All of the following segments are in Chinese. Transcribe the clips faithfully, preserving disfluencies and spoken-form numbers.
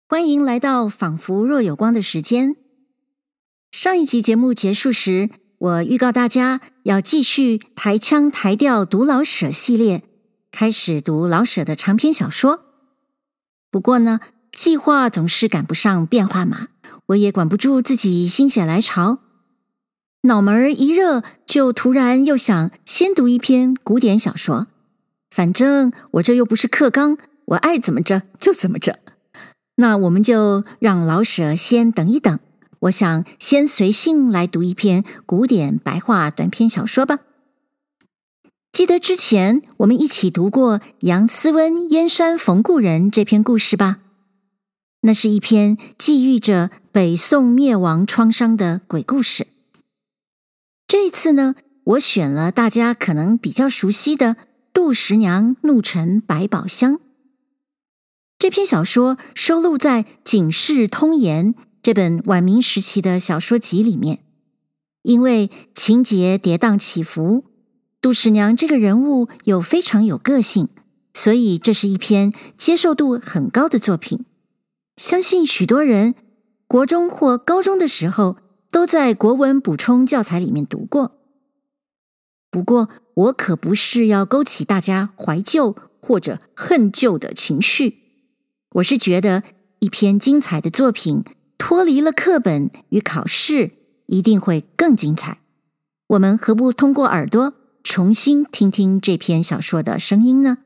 欢迎来到仿佛若有光的时间。上一集节目结束时，我预告大家要继续台腔台调读老舍系列，开始读老舍的长篇小说。不过呢，计划总是赶不上变化嘛，我也管不住自己心血来潮，脑门一热，就突然又想先读一篇古典小说。反正我这又不是课纲，我爱怎么着就怎么着。那我们就让老舍先等一等，我想先随性来读一篇古典白话短篇小说吧。记得之前我们一起读过杨思温燕山逢故人这篇故事吧？那是一篇寄寓着北宋灭亡创伤的鬼故事。这一次呢，我选了大家可能比较熟悉的杜十娘怒沉百宝箱。这篇小说收录在《警世通言》这本晚明时期的小说集里面。因为情节跌宕起伏，杜十娘这个人物又非常有个性，所以这是一篇接受度很高的作品。相信许多人国中或高中的时候都在国文补充教材里面读过。不过我可不是要勾起大家怀旧或者恨旧的情绪，我是觉得一篇精彩的作品脱离了课本与考试，一定会更精彩。我们何不通过耳朵重新听听这篇小说的声音呢？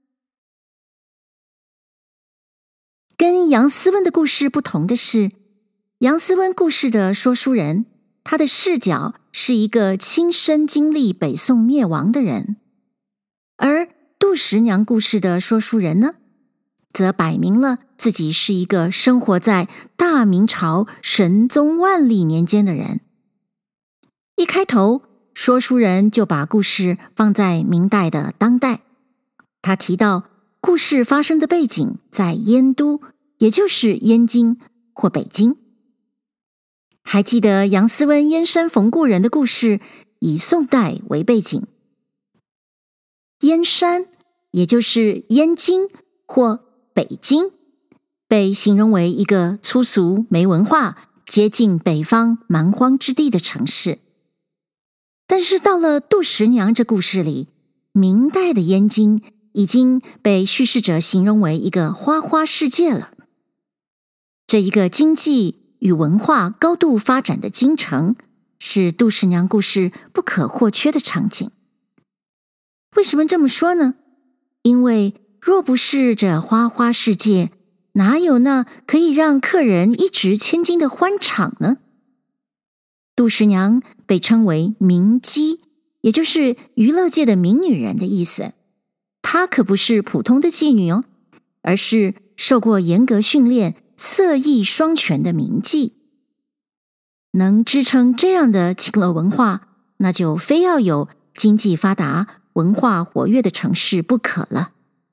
跟杨思温的故事不同的是，杨思温故事的说书人，他的视角是一个亲身经历北宋灭亡的人，而杜十娘故事的说书人呢，则摆明了自己是一个生活在大明朝神宗万历年间的人。一开头，说书人就把故事放在明代的当代。他提到故事发生的背景在燕都，也就是燕京或北京。还记得杨思温燕山逢故人的故事以宋代为背景。燕山也就是燕京或北京，被形容为一个粗俗没文化、接近北方蛮荒之地的城市。但是到了杜十娘这故事里，明代的燕京已经被叙事者形容为一个花花世界了。这一个经济与文化高度发展的京城，是杜十娘故事不可或缺的场景。为什么这么说呢？因为若不是这花花世界，哪有那可以让客人一掷千金的欢场呢？杜十娘被称为名妓，也就是娱乐界的名女人的意思。她可不是普通的妓女哦，而是受过严格训练、色艺双全的名妓。能支撑这样的清楼文化，那就非要有经济发达、文化活跃的城市不可了。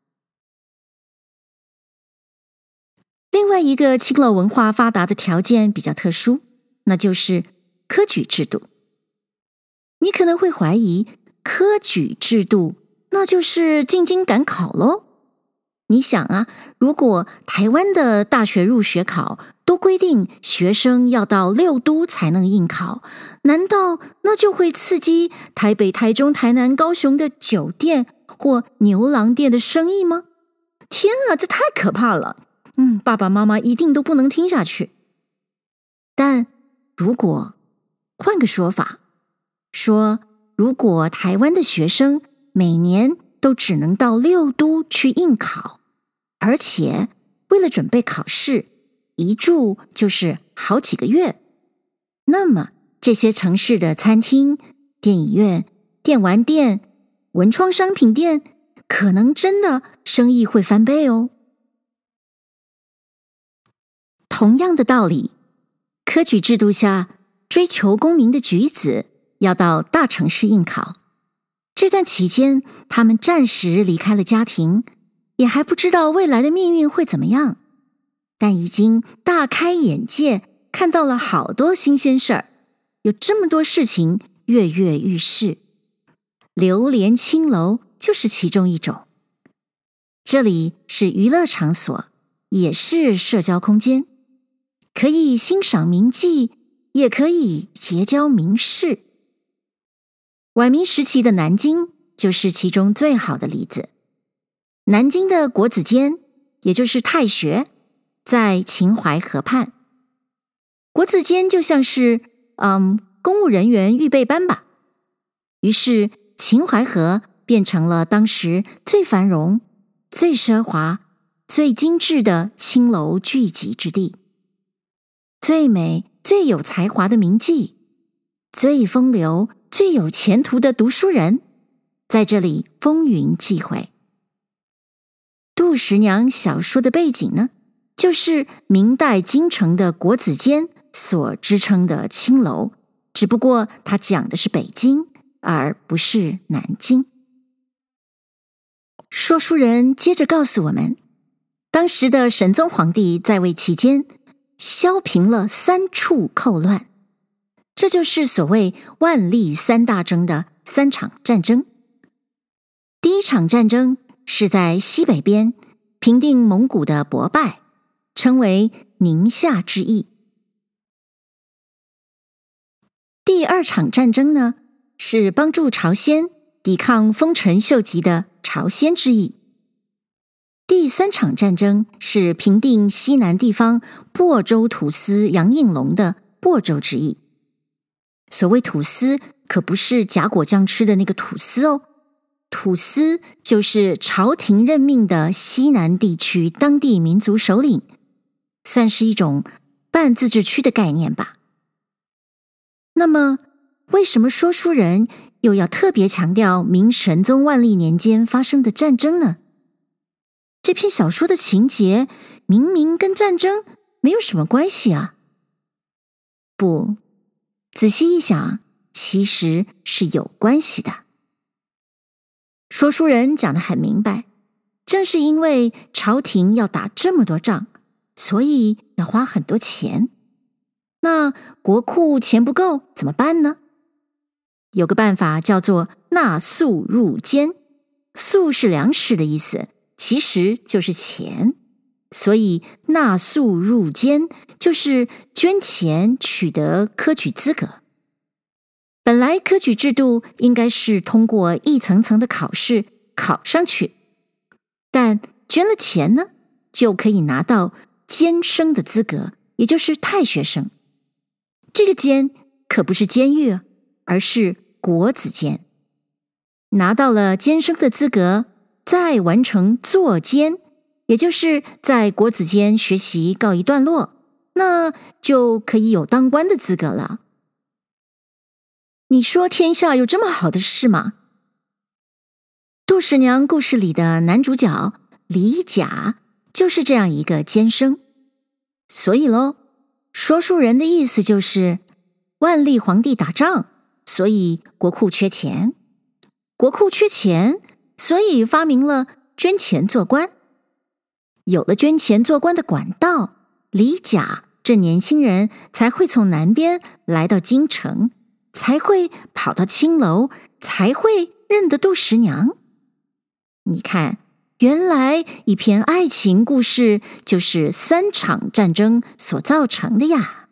另外一个清楼文化发达的条件比较特殊，那就是科举制度。你可能会怀疑，科举制度那就是进京赶考咯。你想啊，如果台湾的大学入学考都规定学生要到六都才能应考，难道那就会刺激台北、台中、台南、高雄的酒店或牛郎店的生意吗？天啊，这太可怕了！嗯，爸爸妈妈一定都不能听下去。但如果换个说法，说如果台湾的学生每年都只能到六都去应考，而且为了准备考试，一住就是好几个月，那么这些城市的餐厅、电影院、电玩店、文创商品店，可能真的生意会翻倍哦。同样的道理，科举制度下追求功名的举子要到大城市应考，这段期间他们暂时离开了家庭，也还不知道未来的命运会怎么样，但已经大开眼界，看到了好多新鲜事儿，有这么多事情跃跃欲试。流连青楼就是其中一种。这里是娱乐场所， 也是社交空间，可以欣赏名妓，也可以结交名士。晚明时期的南京就是其中最好的例子。南京的国子监，也就是太学，在秦淮河畔。国子监就像是嗯公务人员预备班吧。于是秦淮河变成了当时最繁荣、最奢华、最精致的青楼聚集之地。最美、最有才华的名妓，最风流、最有前途的读书人，在这里风云际会。杜十娘小说的背景呢，就是明代京城的国子监所支撑的青楼，只不过它讲的是北京，而不是南京。说书人接着告诉我们，当时的神宗皇帝在位期间，削平了三处寇乱，这就是所谓万历三大征的三场战争。第一场战争是在西北边平定蒙古的博拜，称为宁夏之役。第二场战争呢，是帮助朝鲜抵抗丰臣秀吉的朝鲜之役。第三场战争是平定西南地方亳州土司杨应龙的亳州之役。所谓土司，可不是夹果酱吃的那个吐司哦，土司就是朝廷任命的西南地区当地民族首领，算是一种半自治区的概念吧。那么，为什么说书人又要特别强调明神宗万历年间发生的战争呢？这篇小说的情节明明跟战争没有什么关系啊。不，仔细一想，其实是有关系的。说书人讲得很明白，正是因为朝廷要打这么多仗，所以要花很多钱。那国库钱不够怎么办呢？有个办法叫做纳粟入监，粟是粮食的意思，其实就是钱，所以纳粟入监就是捐钱取得科举资格。本来科举制度应该是通过一层层的考试考上去，但捐了钱呢，就可以拿到监生的资格，也就是太学生。这个监可不是监狱，而是国子监。拿到了监生的资格，再完成坐监，也就是在国子监学习告一段落，那就可以有当官的资格了。你说天下有这么好的事吗？杜十娘故事里的男主角李甲就是这样一个监生。所以咯，说书人的意思就是万历皇帝打仗，所以国库缺钱，国库缺钱，所以发明了捐钱做官。有了捐钱做官的管道，李甲这年轻人才会从南边来到京城，才会跑到青楼，才会认得杜十娘。你看，原来一篇爱情故事就是三场战争所造成的呀。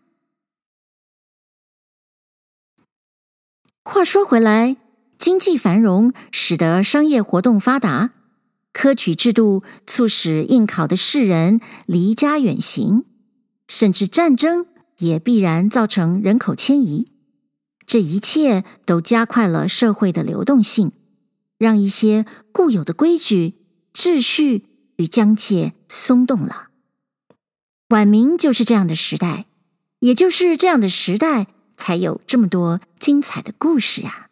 话说回来，经济繁荣使得商业活动发达，科举制度促使应考的士人离家远行，甚至战争也必然造成人口迁移。这一切都加快了社会的流动性，让一些固有的规矩、秩序与疆界松动了。晚明就是这样的时代，也就是这样的时代，才有这么多精彩的故事呀。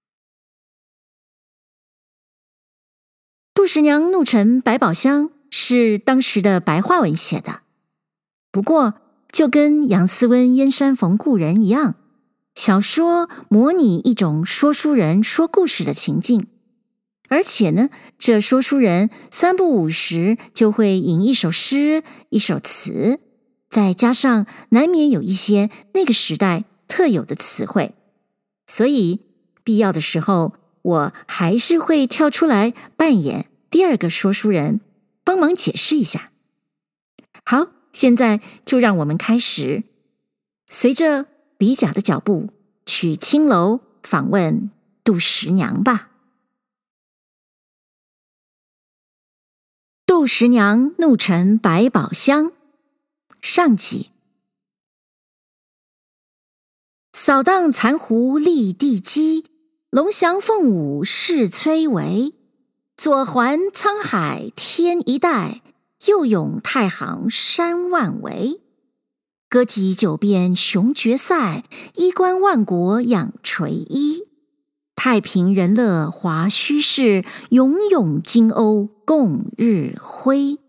杜十娘怒沉百宝箱是当时的白话文写的，不过就跟杨思温燕山逢故人一样，小说模拟一种说书人说故事的情境，而且呢，这说书人三不五时就会引一首诗、一首词，再加上难免有一些那个时代特有的词汇，所以必要的时候，我还是会跳出来扮演第二个说书人，帮忙解释一下。 好，现在就让我们开始，随着李甲的脚步去青楼访问杜十娘吧。杜十娘怒沉百宝箱上集。扫荡残狐立地基，龙翔凤舞势崔嵬。左环沧海天一带，右咏太行山万围。歌集九变雄绝赛，衣冠万国仰垂衣。太平人乐华胥氏，永永金瓯共日辉。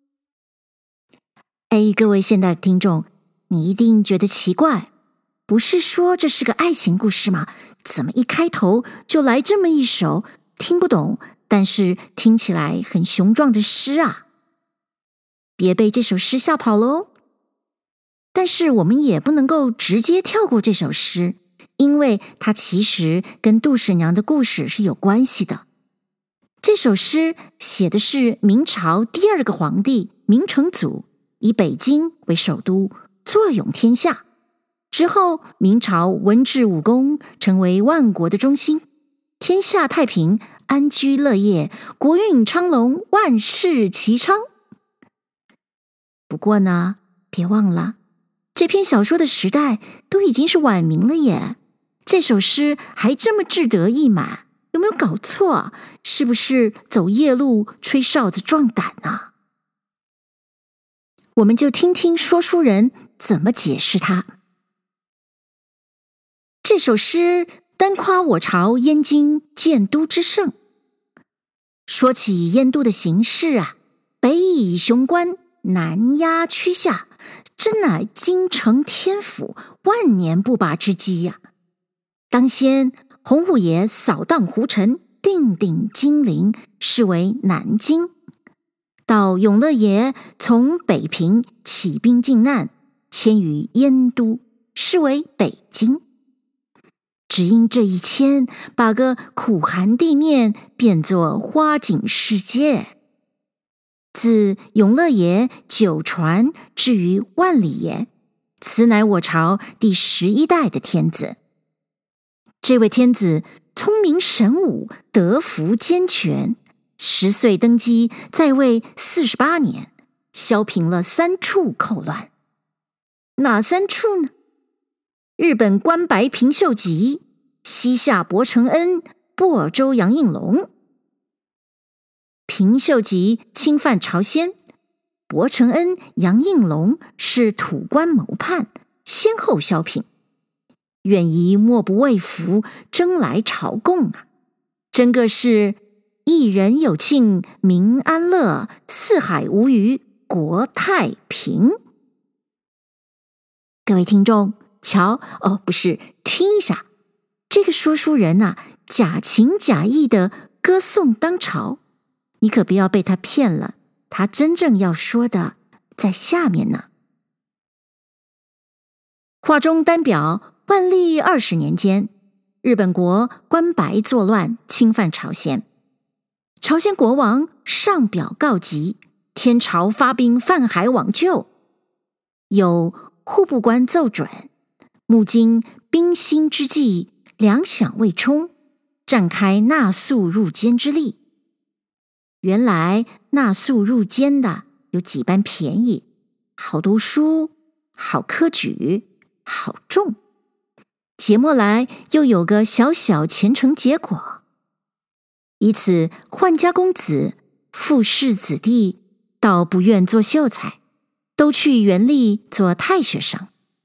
哎，各位现代听众，你一定觉得奇怪，不是说这是个爱情故事吗？怎么一开头就来这么一首听不懂，但是听起来很雄壮的诗啊？别被这首诗吓跑喽！但是我们也不能够直接跳过这首诗，因为它其实跟杜十娘的故事是有关系的。这首诗写的是明朝第二个皇帝明成祖以北京为首都，坐拥天下。之后，明朝文治武功，成为万国的中心，天下太平，安居乐业，国运昌隆，万事齐昌。不过呢，别忘了，这篇小说的时代都已经是晚明了耶，这首诗还这么志得意满，有没有搞错啊？是不是走夜路吹哨子壮胆啊？我们就听听说书人怎么解释它。这首诗单夸我朝燕京建都之盛。说起燕都的形势啊，北以雄关，南压曲下，真乃京城天府，万年不拔之基呀、啊！当先洪武爷扫荡胡尘，定鼎金陵，是为南京；到永乐爷从北平起兵靖难，迁于燕都，是为北京。只因这一迁，把个苦寒地面变作花景世界。自永乐爷九传至于万历爷，此乃我朝第十一代的天子。这位天子聪明神武，德福兼全，十岁登基，在位四十八年，消平了三处寇乱。哪三处呢？日本关白平秀吉，西夏伯承恩，亳州杨应龙。平秀吉侵犯朝鲜，伯承恩、杨应龙是土官谋叛，先后消平。远夷莫不畏服，争来朝贡啊！真个是一人有庆，民安乐，四海无虞，国太平。各位听众，瞧哦，不是，听一下，这个说书人啊，假情假意的歌颂当朝，你可不要被他骗了，他真正要说的在下面呢。话中单表万历二十年间，日本国关白作乱，侵犯朝鲜。朝鲜国王上表告急，天朝发兵犯海往救。有户部官奏准，目今兵兴之际，粮饷未充，展开纳粟入监之力。原来纳粟入监的有几般便宜：好读书，好科举，好中。节末来又有个小小前程结果，以此宦家公子、富士子弟，倒不愿做秀才，都去原吏做太学生。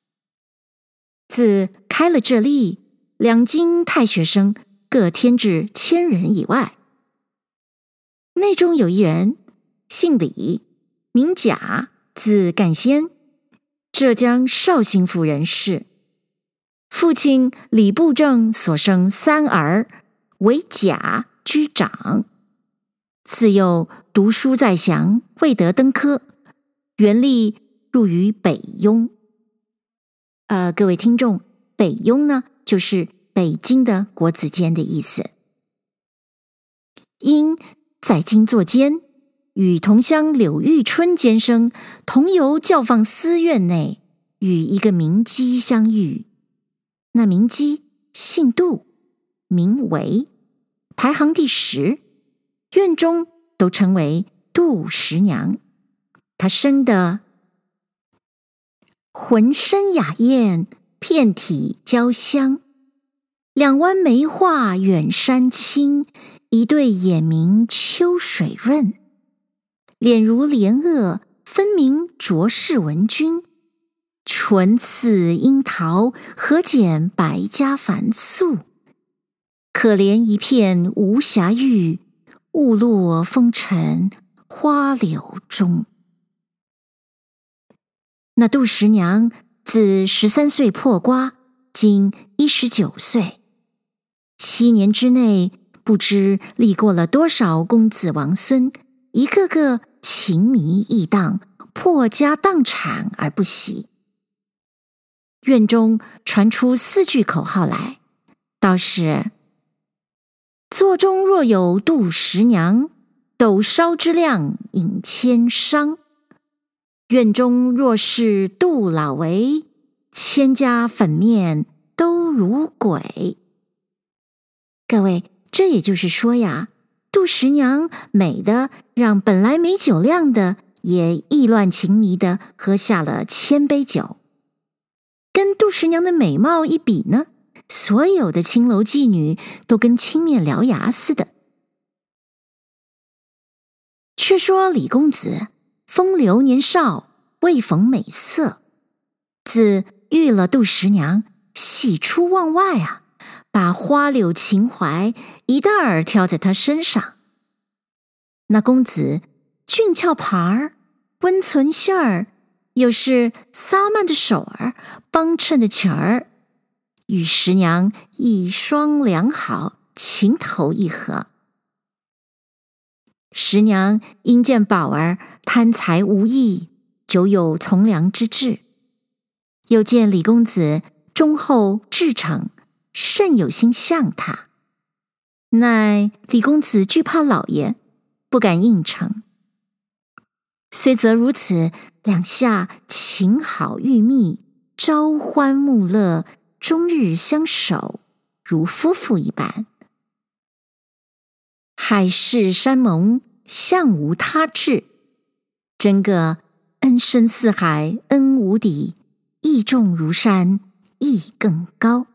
自开了这例，两京太学生各添至千人以外。内中有一人，姓李，名贾，字干先，浙江绍兴府人士。父亲李布政所生三儿，为贾居长。自幼读书在详，未得登科，原吏入于北庸。呃，各位听众，北庸呢，就是北京的国子监的意思。因在京作监， 与同乡柳玉春监生同游教坊寺院内，与一个名妓相遇。那名妓姓杜，名维，排行第十，院中都称为杜十娘。她生得浑身雅艳，遍体娇香，两弯眉画远山青，一对眼明秋水润，脸如莲萼，分明卓氏文君，唇似樱桃，合剪百家繁素，可怜一片无暇玉，误落风尘花柳中。那杜十娘自十三岁破瓜，今一十九岁，七年之内，不知历过了多少公子王孙，一个个情迷意荡，破家荡产而不喜。院中传出四句口号来，道是：座中若有杜十娘，斗烧之量引千觞；院中若是杜老维，千家粉面都如鬼。各位，这也就是说呀，杜十娘美的让本来没酒量的也意乱情迷的喝下了千杯酒。跟杜十娘的美貌一比呢，所有的青楼妓女都跟青面獠牙似的。却说李公子风流年少，未逢美色，自遇了杜十娘，喜出望外啊，把花柳情怀一袋儿挑在他身上。那公子俊俏盘儿，温存心儿，又是撒慢的手儿，帮衬的裙儿，与十娘一双良好，情投意合。十娘因见宝儿贪财无益，久有从良之志，又见李公子忠厚至诚，甚有心向他，奈李公子惧怕老爷，不敢应承。虽则如此，两下情好意密，朝欢暮乐，终日相守，如夫妇一般。海誓山盟，相无他志，真个恩深似海，恩无底，义重如山，义更高。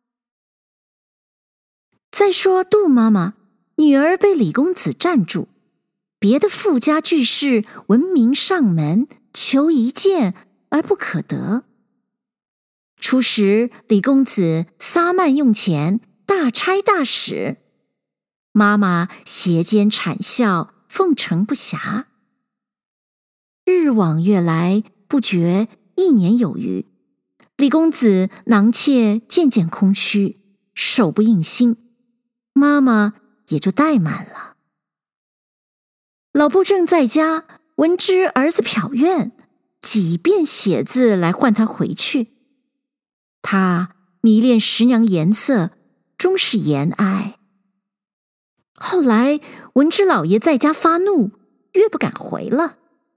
再说杜妈妈，女儿被李公子占住，别的富家巨士闻名上门，求一见而不可得。初时李公子撒慢用钱，大差大使，妈妈斜肩谄笑，奉承不暇。日往月来，不觉一年有余，李公子囊妾渐渐空虚，手不应心，妈妈也就怠慢了。老布正在家，闻知儿子瞟院，几遍写字来唤他回去。他迷恋十娘颜色，终是言哀。后来闻知老爷在家发怒，越不敢回了。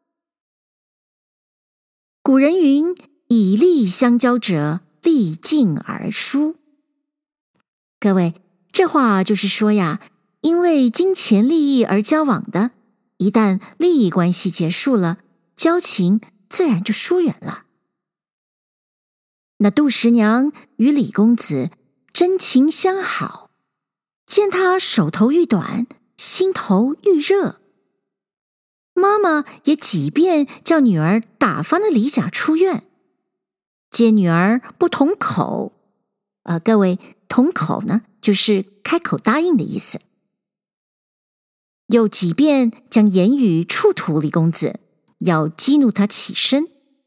古人云：以利相交者，利尽而疏。各位，这话就是说呀，因为金钱利益而交往的，一旦利益关系结束了，交情自然就疏远了。那杜十娘与李公子真情相好，见他手头愈短，心头愈热。妈妈也几遍叫女儿打发那李甲出院，见女儿不同口，呃，各位，同口呢，就是开口答应的意思。又几遍将言语触吐李公子，要激怒他起身。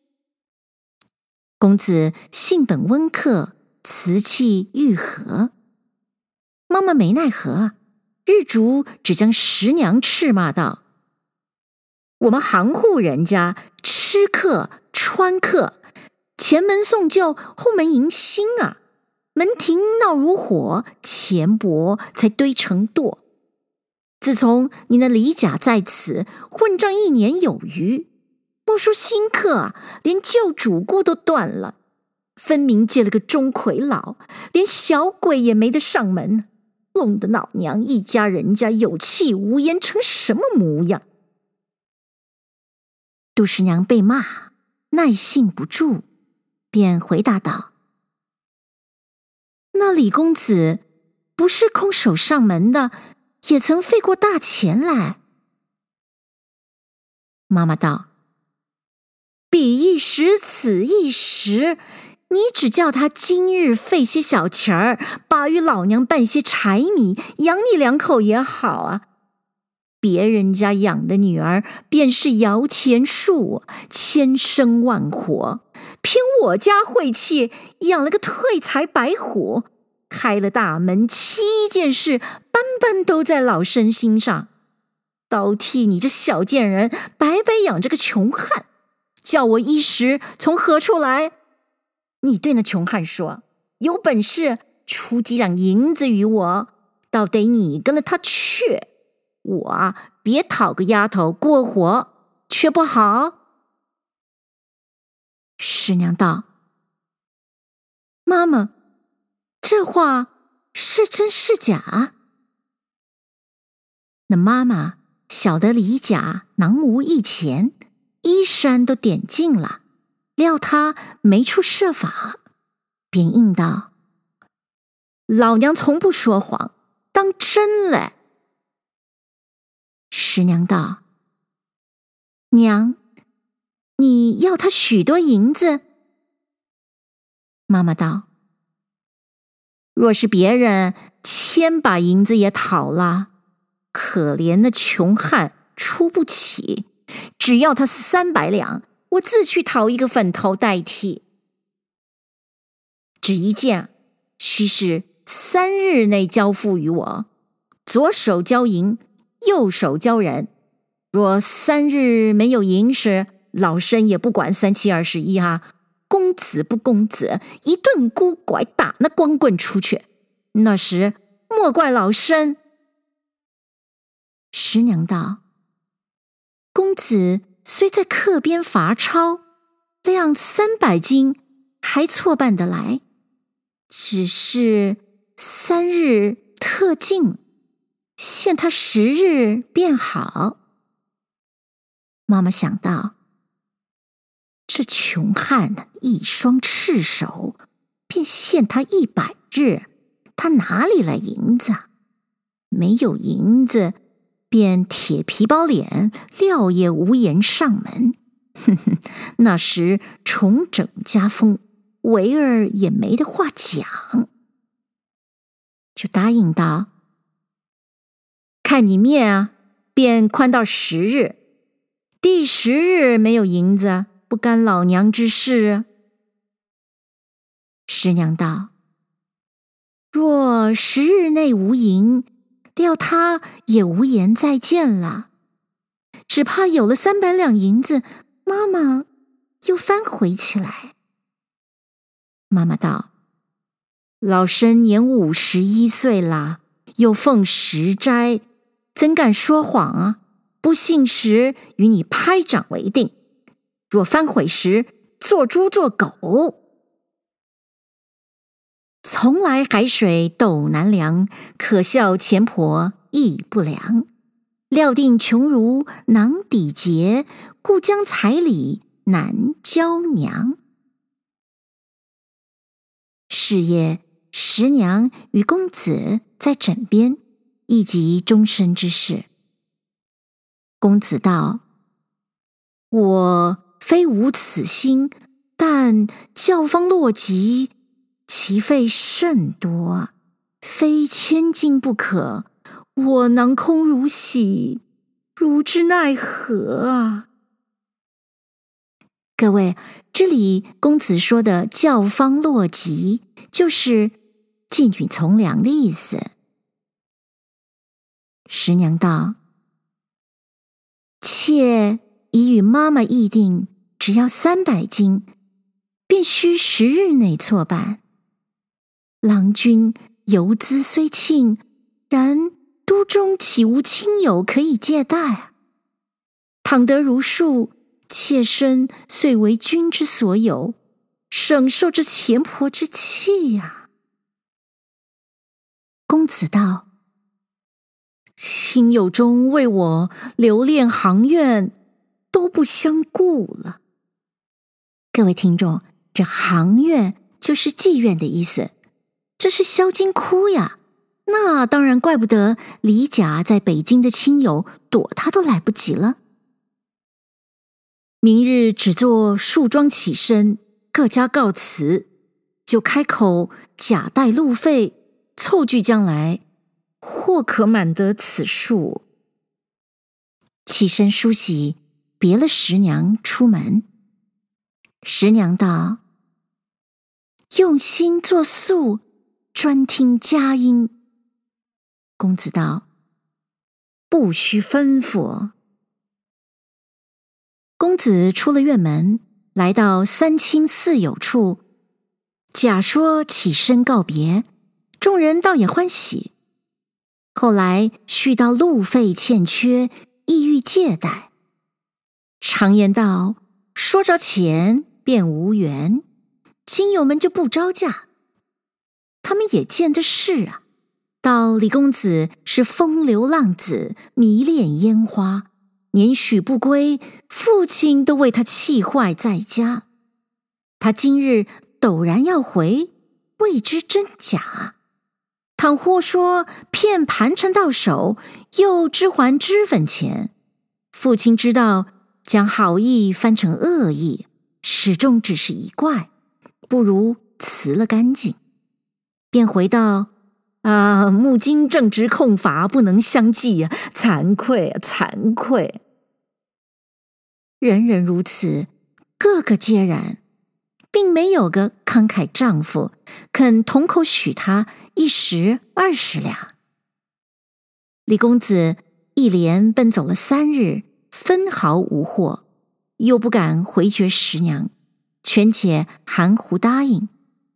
公子性本温克，辞气愈和。妈妈没奈何，日逐只将十娘斥骂道：我们行户人家吃客穿客，前门送旧，后门迎新啊，门庭闹如火，钱帛才堆成垛。 自从你那李甲在此混账一年有余，莫说新客啊，连旧主顾都断了，分明借了个钟馗佬，连小鬼也没得上门，弄得老娘一家人家有气无言，成什么模样？”杜十娘被骂，耐性不住，便回答道：“那李公子不是空手上门的，也曾费过大钱来。”妈妈道：“彼一时，此一时，你只叫他今日费些小钱儿，把与老娘办些柴米，养你两口也好啊。别人家养的女儿便是摇钱树，千生万活，偏我家晦气养了个退财白虎，开了大门，七件事般般都在老身心上，倒替你这小贱人白白养着个穷汉，叫我一时从何处来？你对那穷汉说，有本事出几两银子与我，倒得你跟了他去，我啊，别讨个丫头过活，却不好。”师娘道：“妈妈，这话是真是假？”那妈妈晓得李甲囊无一钱，衣衫都点尽了，料他没处设法，便应道：“老娘从不说谎，当真嘞。”师娘道：“娘，你要他许多银子？”妈妈道：“若是别人千把银子也讨了，可怜的穷汉出不起，只要他三百两，我自去讨一个粉头代替。只一件，须是三日内交付于我，左手交银，右手交人。若三日没有银时，老身也不管三七二十一哈，公子不公子，一顿箍拐打那光棍出去，那时莫怪老身。”师娘道：“公子虽在客边罚钞，量三百斤，还错办得来，只是三日特尽，限他十日便好。”妈妈想到，这穷汉一双赤手，便限他一百日，他哪里来银子？没有银子，便铁皮包脸，料也无颜上门。哼哼，那时重整家风，维儿也没得话讲，就答应道：“看你面啊，便宽到十日，第十日没有银子，不干老娘之事。”师娘道：“若十日内无银，料他也无颜再见了，只怕有了三百两银子，妈妈又翻回起来。”妈妈道：“老身年五十一岁啦，又奉十斋，怎敢说谎啊？不信时与你拍掌为定，若翻悔时，做猪做狗。从来海水斗难量，可笑钱婆意不良。料定穷如囊底结，故将彩礼难交娘。”是夜，十娘与公子在枕边，议及终身之事。公子道：“我非无此心，但教坊落籍，其费甚多，非千金不可。我囊空如洗，如之奈何啊？”各位，这里公子说的教坊落籍，就是妓女从良的意思。十娘道：“妾已与妈妈议定，只要三百斤，便须十日内错办。郎君游资虽庆，然都中岂无亲友可以借贷啊？倘得如数，妾身遂为君之所有，省受这钱婆之气呀、啊。”公子道：“亲友中为我留恋行院，都不相顾了。”各位听众，这行院就是妓院的意思，这是销金窟呀。那当然怪不得李甲在北京的亲友躲他都来不及了。明日只做束装起身，各家告辞，就开口假带路费，凑聚将来，或可满得此数。起身梳洗，别了十娘出门。十娘道：“用心作宿，专听佳音。”公子道：“不须吩咐。”公子出了院门，来到三亲四友处，假说起身告别，众人倒也欢喜。后来续到路费欠缺，意欲借贷。常言道：“说着钱便无缘。”亲友们就不招架。他们也见的是啊，道李公子是风流浪子，迷恋烟花，年许不归，父亲都为他气坏在家。他今日陡然要回，未知真假。倘或说骗盘缠到手，又支还脂粉钱，父亲知道，将好意翻成恶意，始终只是一怪，不如辞了干净。便回道：“啊，木金正值空乏，不能相继啊，惭愧啊，惭愧。”人人如此，个个皆然，并没有个慷慨丈夫肯同口许他一十二十两。李公子一连奔走了三日，分毫无获，又不敢回绝十娘，权且含糊答应。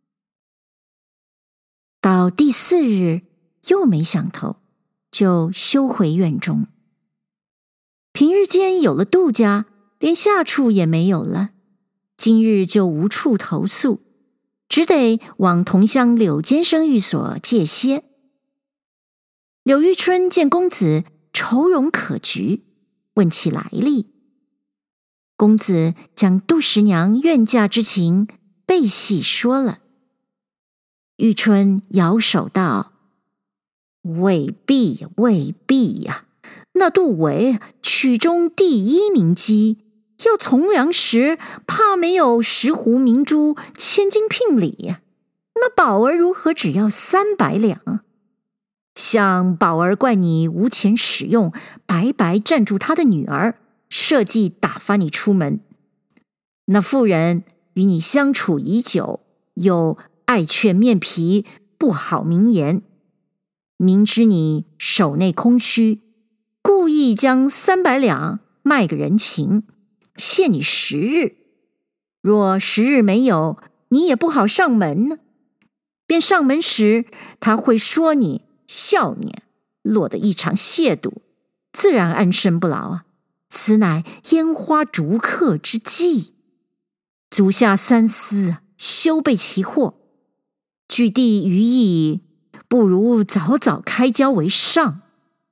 到第四日又没想头，就休回院中。平日间有了杜家，连下处也没有了，今日就无处投宿，只得往同乡柳监生寓所借歇。柳玉春见公子愁容可掬，问其来历。公子将杜十娘怨嫁之情背细说了。玉春摇手道：“未必，未必呀、啊！那杜维曲中第一名妓，要从良时，怕没有石斛明珠、千金聘礼。那宝儿如何只要三百两？像宝儿怪你无钱使用，白白占住他的女儿，设计打发你出门。那妇人与你相处已久，又爱却面皮，不好明言。明知你手内空虚，故意将三百两卖个人情，限你十日。若十日没有，你也不好上门呢。便上门时，他会说你笑你，落得一场亵渎，自然安身不牢啊！此乃烟花逐客之计。足下三思，休备其祸。据地于意，不如早早开交为上。”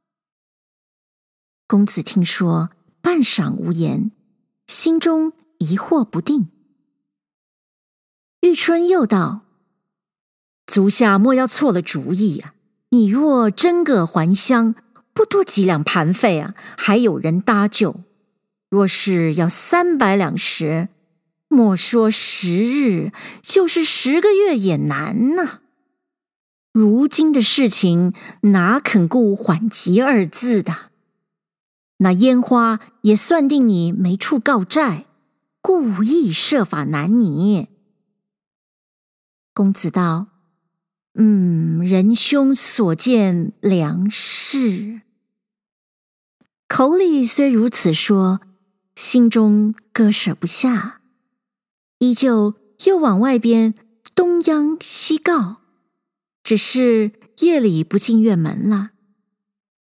公子听说，半晌无言，心中疑惑不定。玉春又道：“足下莫要错了主意啊！你若真个还乡，不多几两盘费啊，还有人搭救。若是要三百两时，莫说十日，就是十个月也难呐、啊。如今的事情，哪肯顾缓急二字的？那烟花也算定你没处告债，故意设法难你。”公子道：“嗯，仁兄所见良是。”口里虽如此说，心中割舍不下，依旧又往外边东央西告，只是夜里不进院门了。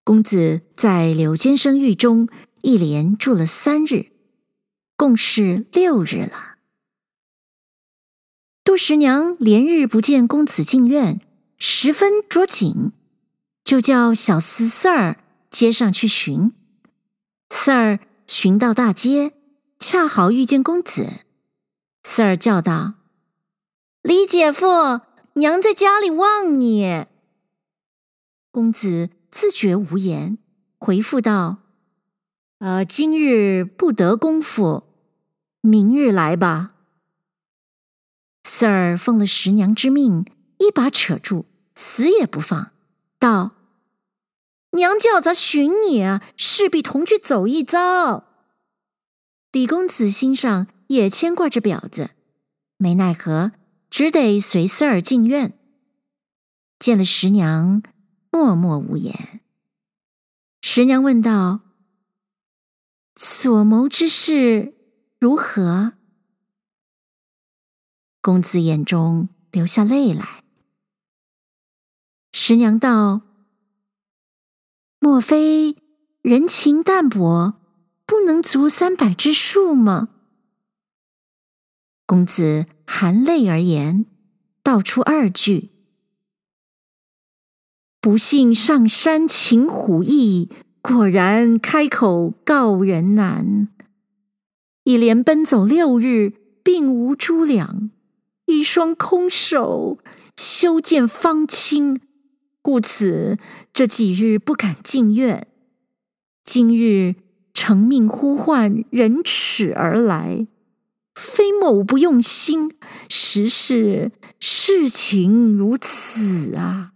公子在柳监生狱中一连住了三日，共是六日了。杜十娘连日不见公子进院，十分着紧，就叫小厮四儿街上去寻。四儿寻到大街，恰好遇见公子。四儿叫道：“李姐夫，娘在家里望你。”公子自觉无言，回复道：“呃，今日不得功夫，明日来吧。”四儿奉了十娘之命，一把扯住，死也不放，道：“娘叫咱寻你啊，势必同去走一遭。”李公子心上也牵挂着婊子，没奈何，只得随四儿进院。见了十娘，默默无言。十娘问道：“所谋之事如何？”公子眼中流下泪来。十娘道：“莫非人情淡薄，不能足三百之数吗？”公子含泪而言，道出二句：“不幸上山擒虎役，果然开口告人难。一连奔走六日，并无诸两，一双空手，休见芳亲，故此这几日不敢进院。今日乘命呼唤，忍耻而来，非某不用心，实是事情如此啊。”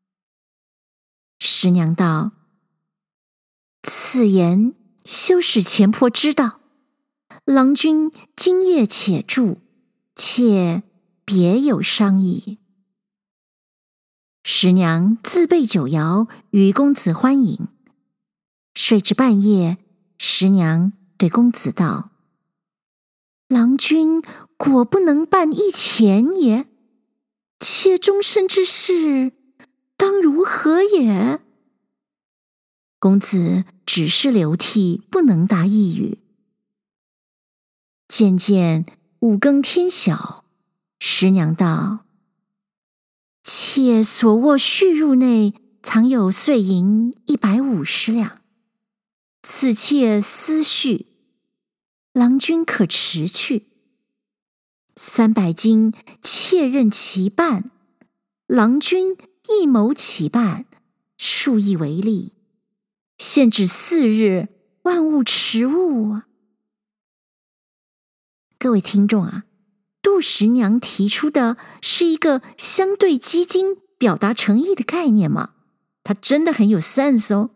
十娘道：“此言休使前婆知道，郎君今夜且住，妾别有商议。”十娘自备酒肴与公子欢饮，睡至半夜，十娘对公子道：“郎君果不能办一钱也，妾终身之事，当如何也？”公子只是流涕，不能答一语。渐渐五更天晓，十娘道：“妾所握絮入内藏有碎银一百五十两，此妾私序，郎君可持去。三百金，妾任其半，郎君一谋其半，数亦为例。限只四日，万勿迟误啊！”各位听众啊，杜十娘提出的是一个相对激进、表达诚意的概念吗？她真的很有 sense 哦。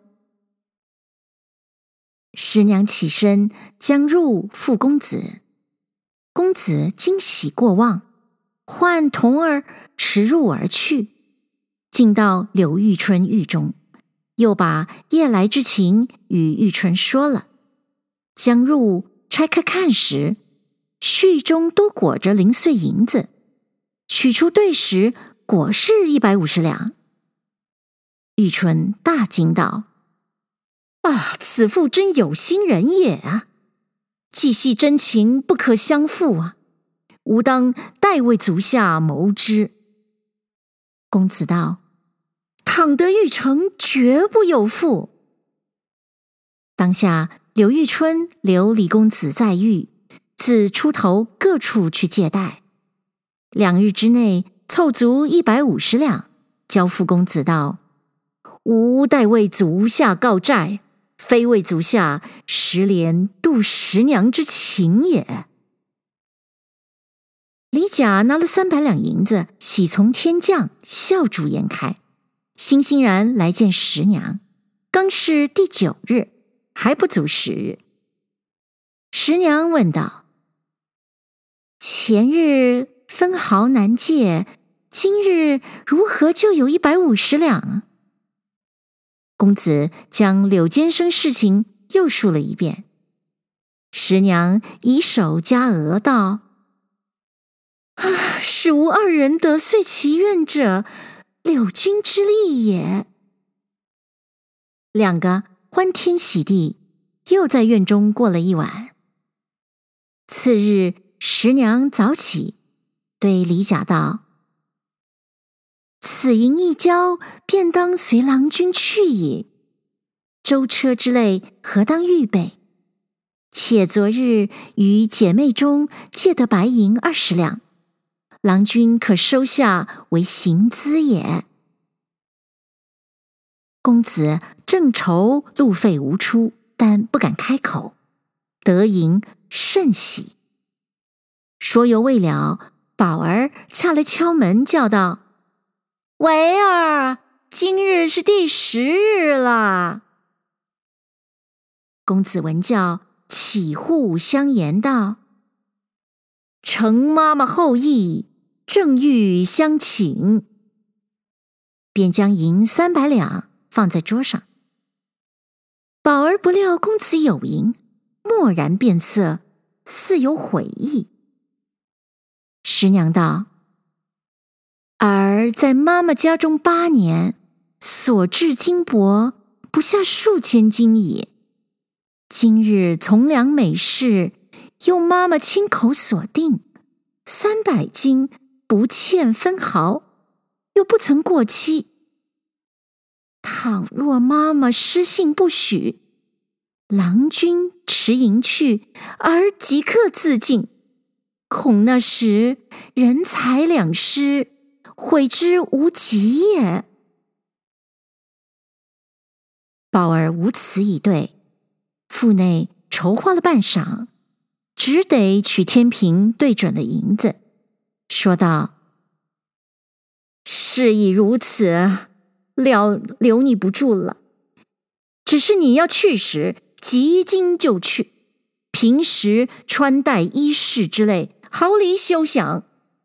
十娘起身将入付公子，公子惊喜过望，唤童儿驰入而去，进到柳玉春狱中，又把夜来之情与玉春说了。将入拆开看时，絮中都裹着零碎银子，取出对时，果是一百五十两。玉春大惊道：“啊，此妇真有心人也啊！既系真情，不可相负啊！吾当代为足下谋之。”公子道：“倘得玉成，绝不有负。”当下柳玉春留李公子在狱，自出头各处去借贷，两日之内凑足一百五十两，交付公子道：“吾代为足下告债，非为足下实怜杜十娘之情也。”李甲拿了三百两银子，喜从天降，笑逐颜开，欣欣然来见十娘。刚是第九日，还不足十日。十娘问道：“前日分毫难借，今日如何就有一百五十两？”公子将柳监生事情又述了一遍。十娘以手夹额道：“啊，使吾二人得遂其愿者，柳君之力也。” 两个欢天喜地，又在院中过了一晚。次日，十娘早起，对李甲道：“此营一交，便当随郎君去也。舟车之类，何当预备？且昨日与姐妹中借得白银二十两，郎君可收下为行资也。”公子正愁路费无出，但不敢开口，得银甚喜。说犹未了，宝儿恰来敲门，叫道：“维儿，今日是第十日了。”公子闻叫，起户相言道：“承妈妈厚意，正欲相请。”便将银三百两放在桌上。宝儿不料公子有银，蓦然变色，似有悔意。十娘道：“儿在妈妈家中八年，所制金帛不下数千斤矣。今日从良美事，由妈妈亲口所定，三百斤不欠分毫，又不曾过期。倘若妈妈失信不许，郎君持银去，儿即刻自尽，恐那时人财两失，悔之无及也。”宝儿无词以对，腹内筹划了半晌，只得取天平对准了银子，说道：“事已如此，料留你不住了。只是你要去时，即今就去，平时穿戴衣饰之类，毫厘休想。”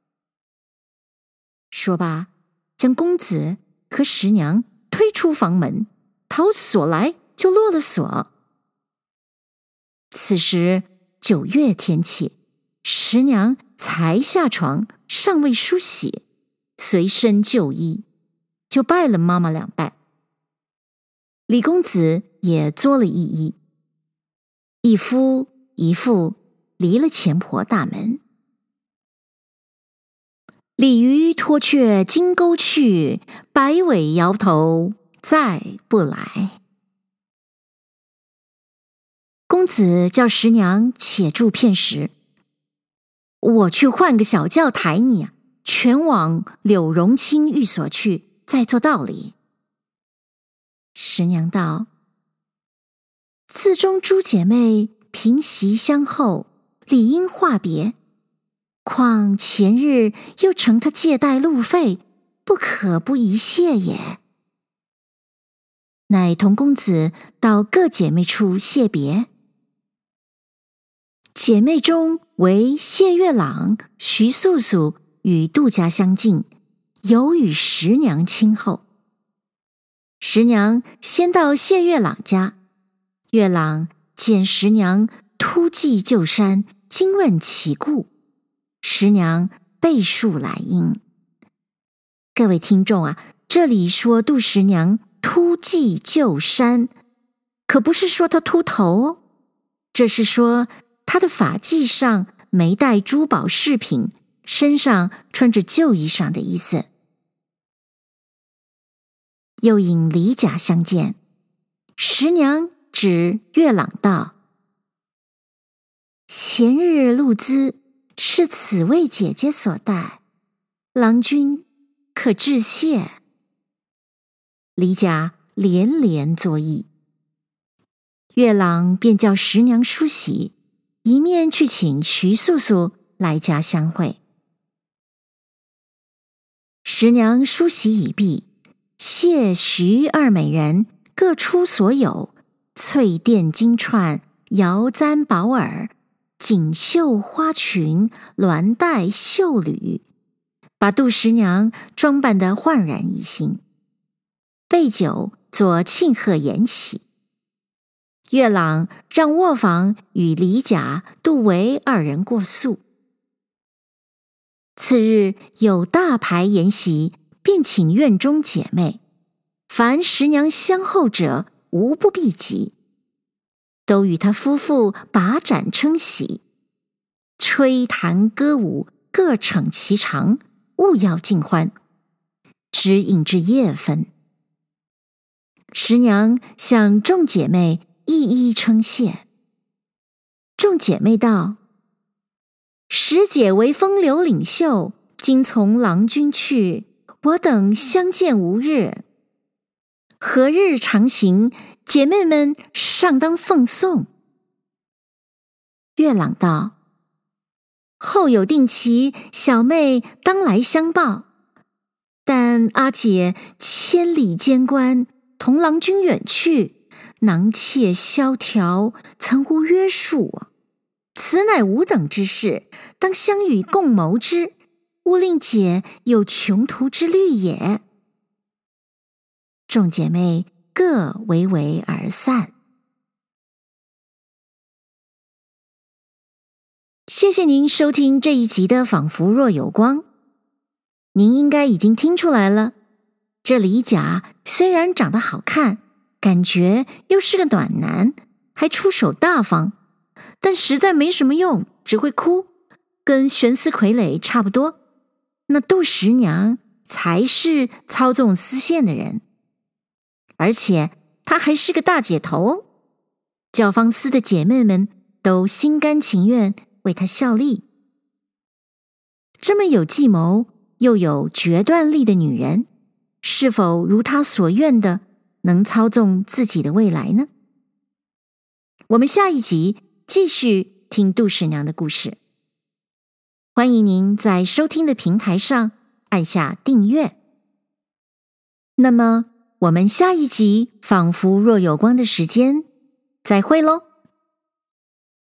说罢，将公子和十娘推出房门，讨锁来就落了锁。此时九月天气，十娘才下床，尚未梳洗，随身就衣，就拜了妈妈两拜。李公子也作了一揖，一夫一妇离了钱婆大门。鲤鱼脱却金钩去，摆尾摇头再不来。公子叫十娘且住片时，我去换个小轿抬你啊，全往柳荣清寓所去，再做道理。十娘道：“次中诸姐妹平息相候，理应话别。况前日又承他借贷路费，不可不一谢也。”乃同公子到各姐妹处谢别。姐妹中唯谢月朗、徐素素与杜家相近，尤与十娘亲厚。十娘先到谢月朗家，月朗见十娘突骑就山，惊问其故，十娘备述来因。各位听众啊，这里说杜十娘突骑就山，可不是说她秃头哦，这是说她的发髻上没戴珠宝饰品，身上穿着旧衣裳的意思。又引李甲相见，十娘指月朗道：“前日路资是此位姐姐所带，郎君可致谢。”李甲连连作揖。月朗便叫十娘梳洗，一面去请徐素素来家相会。十娘梳洗已毕，谢徐二美人各出所有，翠钿金串、摇簪宝耳、锦绣花裙、鸾带绣履，把杜十娘装扮得焕然一新。备酒做庆贺筵席。月朗让卧房与李甲、杜维二人过宿。次日有大排筵席，便请院中姐妹，凡十娘相候者， 无不避及，都与他夫妇把盏称喜，吹弹歌舞，各逞其长，务要尽欢，直饮至夜分。十娘向众姐妹一一称谢。众姐妹道：十姐为风流领袖，今从郎君去，我等相见无日。何日长行，姐妹们尚当奉送。月朗道：后有定期，小妹当来相报。但阿姐千里监关，同郎君远去，囊妾萧条，曾无约束。此乃吾等之事，当相与共谋之，勿令姐有穷途之虑也。众姐妹各娓娓而散。谢谢您收听这一集的仿佛若有光。您应该已经听出来了，这李甲虽然长得好看，感觉又是个暖男，还出手大方，但实在没什么用，只会哭，跟悬丝傀儡差不多。那杜十娘才是操纵丝线的人，而且她还是个大姐头，教坊司的姐妹们都心甘情愿为她效力。这么有计谋又有决断力的女人，是否如她所愿的能操纵自己的未来呢？我们下一集继续听杜十娘的故事。欢迎您在收听的平台上按下订阅。那么我们下一集仿佛若有光的时间再会咯。